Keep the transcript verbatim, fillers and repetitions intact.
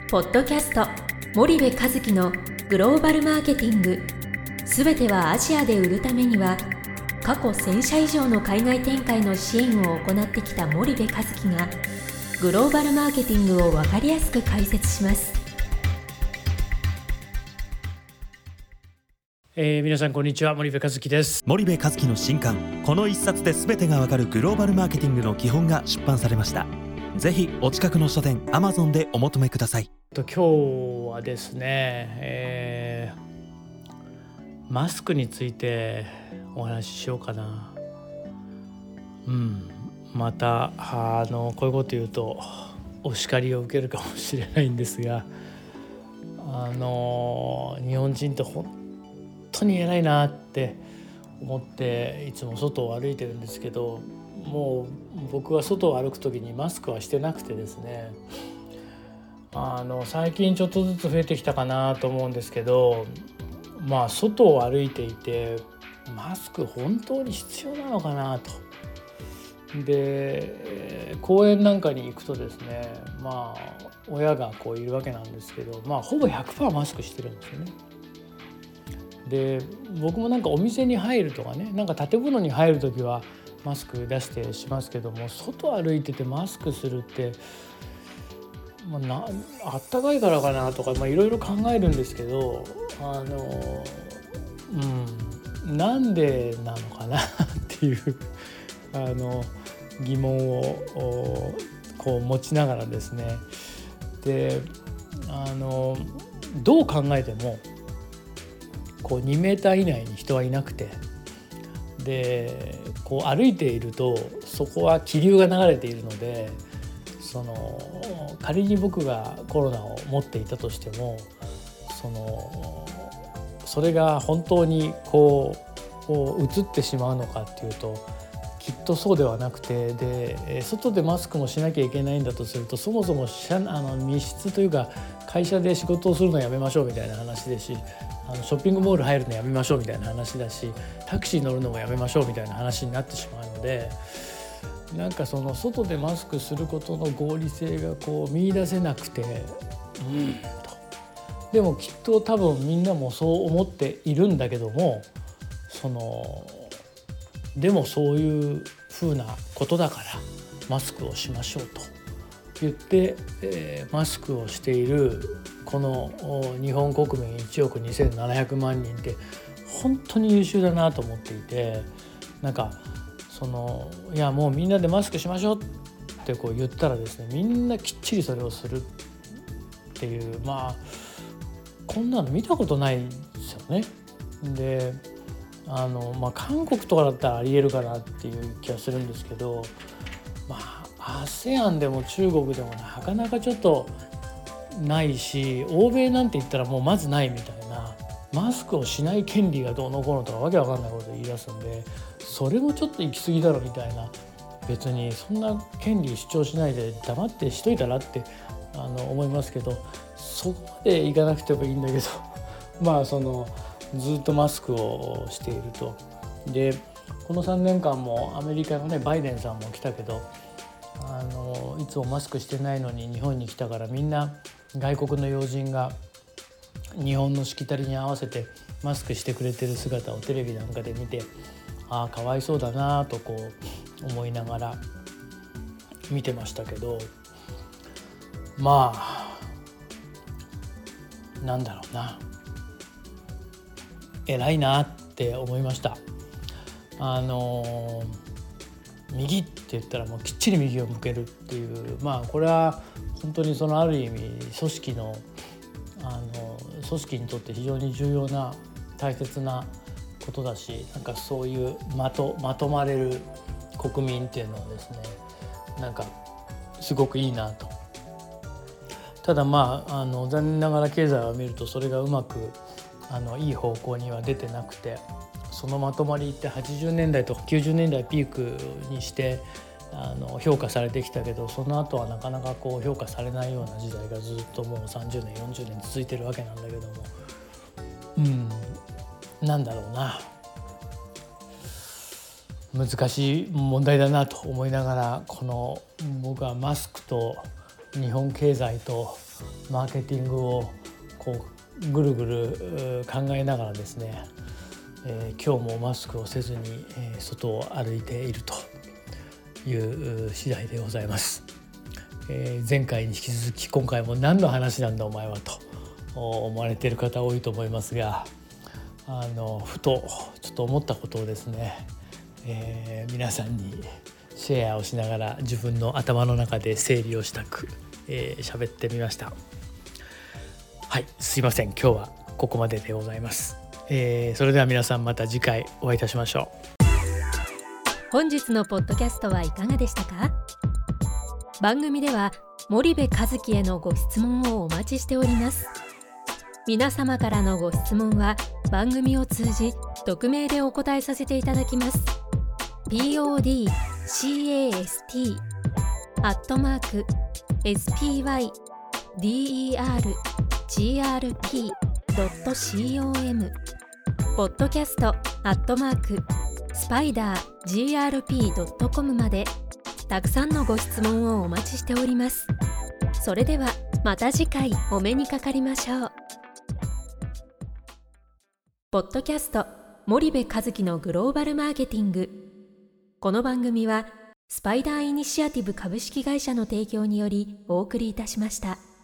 ポッドキャスト森部和樹のグローバルマーケティング、すべてはアジアで売るためには、過去せん社以上の海外展開の支援を行ってきた森部和樹がグローバルマーケティングを分かりやすく解説します。 えー、皆さんこんにちは、森部和樹です。 森部和樹の新刊、この一冊で全てがわかるグローバルマーケティングの基本が出版されました。ぜひお近くの書店 Amazon でお求めください。 今日はですね、えー、マスクについてお話ししようかな。うんまたあのこういうこと言うとお叱りを受けるかもしれないんですが、あの日本人って本当に偉いなって思っていつも外を歩いてるんですけど、もう僕は外を歩くときにマスクはしてなくてですね、あの最近ちょっとずつ増えてきたかなと思うんですけど、まあ外を歩いていてマスク本当に必要なのかなと。で公園なんかに行くとですね、まあ親がこういるわけなんですけど、まあほぼ ひゃくパーセント マスクしてるんですよね。で僕もなんかお店に入るとかね、なんか建物に入るときはマスク出してしますけども、外歩いててマスクするって、まあ、なあったかいからかなとかいろいろ考えるんですけど、あのうんなんでなのかなっていうあの疑問をこう持ちながらですね、であのどう考えてもこうにメーター以内に人はいなくて、でこう歩いているとそこは気流が流れているので、その仮に僕がコロナを持っていたとしても、そのそれが本当にこう、こう移ってしまうのかっていうときっとそうではなくて、で外でマスクもしなきゃいけないんだとすると、そもそも社あの密室というか会社で仕事をするのやめましょうみたいな話ですし、あのショッピングモール入るのやめましょうみたいな話だし、タクシー乗るのもやめましょうみたいな話になってしまうので、なんかその外でマスクすることの合理性がこう見出せなくて、うんとでもきっと多分みんなもそう思っているんだけども、そのでもそういうふうなことだからマスクをしましょうと言って、えー、マスクをしているこの日本国民いちおくにせんななひゃくまんにんって本当に優秀だなと思っていて、なんかそのいやもうみんなでマスクしましょうってこう言ったらですね、みんなきっちりそれをするっていう、まあこんなの見たことないですよね。であの、まあ、韓国とかだったらありえるかなっていう気がするんですけど、まあ アセアン でも中国でもなかなかちょっとないし、欧米なんて言ったらもうまずないみたいな、マスクをしない権利がどうのこうのとかわけわかんないことを言い出すんで、それもちょっと行き過ぎだろみたいな、別にそんな権利主張しないで黙ってしといたらってあの思いますけど、そこまでいかなくてもいいんだけどまあそのずっとマスクをしていると。でこのさんねんかんもアメリカのねバイデンさんも来たけど、あのいつもマスクしてないのに日本に来たから、みんな外国の要人が日本のしきたりに合わせてマスクしてくれてる姿をテレビなんかで見て、ああかわいそうだなとこう思いながら見てましたけど、まあなんだろうな、偉いなって思いました。あの右って言ったらもうきっちり右を向けるっていう、まあこれは本当にそのある意味組織のあの組織にとって非常に重要な大切なことだし、なんかそういうまとまとまれる国民っていうのはですね、なんかすごくいいなと。ただまあ、あの残念ながら経済を見るとそれがうまくあのいい方向には出てなくて、そのまとまりってはちじゅうねんだいとかきゅうじゅうねんだいピークにしてあの評価されてきたけど、その後はなかなかこう評価されないような時代がずっともうさんじゅうねんよんじゅうねん続いてるわけなんだけども、うんなんだろうな、難しい問題だなと思いながら、この僕はマスクと日本経済とマーケティングをこうぐるぐる考えながらですね、えー、今日もマスクをせずに、えー、外を歩いているという次第でございます。えー、前回に引き続き今回も何の話なんだお前はと思われている方多いと思いますが、あのふとちょっと思ったことをですね、えー、皆さんにシェアをしながら自分の頭の中で整理をしたく、えー、喋ってみました。はい、すいません、今日はここまででございます。えー、それでは皆さんまた次回お会いいたしましょう。本日のポッドキャストはいかがでしたか？番組では森部一樹へのご質問をお待ちしております。皆様からのご質問は番組を通じ匿名でお答えさせていただきます。 podcast アットマーク spydergrp ドット com ポッドキャストアットマークスパイダー ジーアールピー ドット コム までたくさんのご質問をお待ちしております。それではまた次回お目にかかりましょう。ポッドキャスト森部一樹のグローバルマーケティング。この番組はスパイダーイニシアティブ株式会社の提供によりお送りいたしました。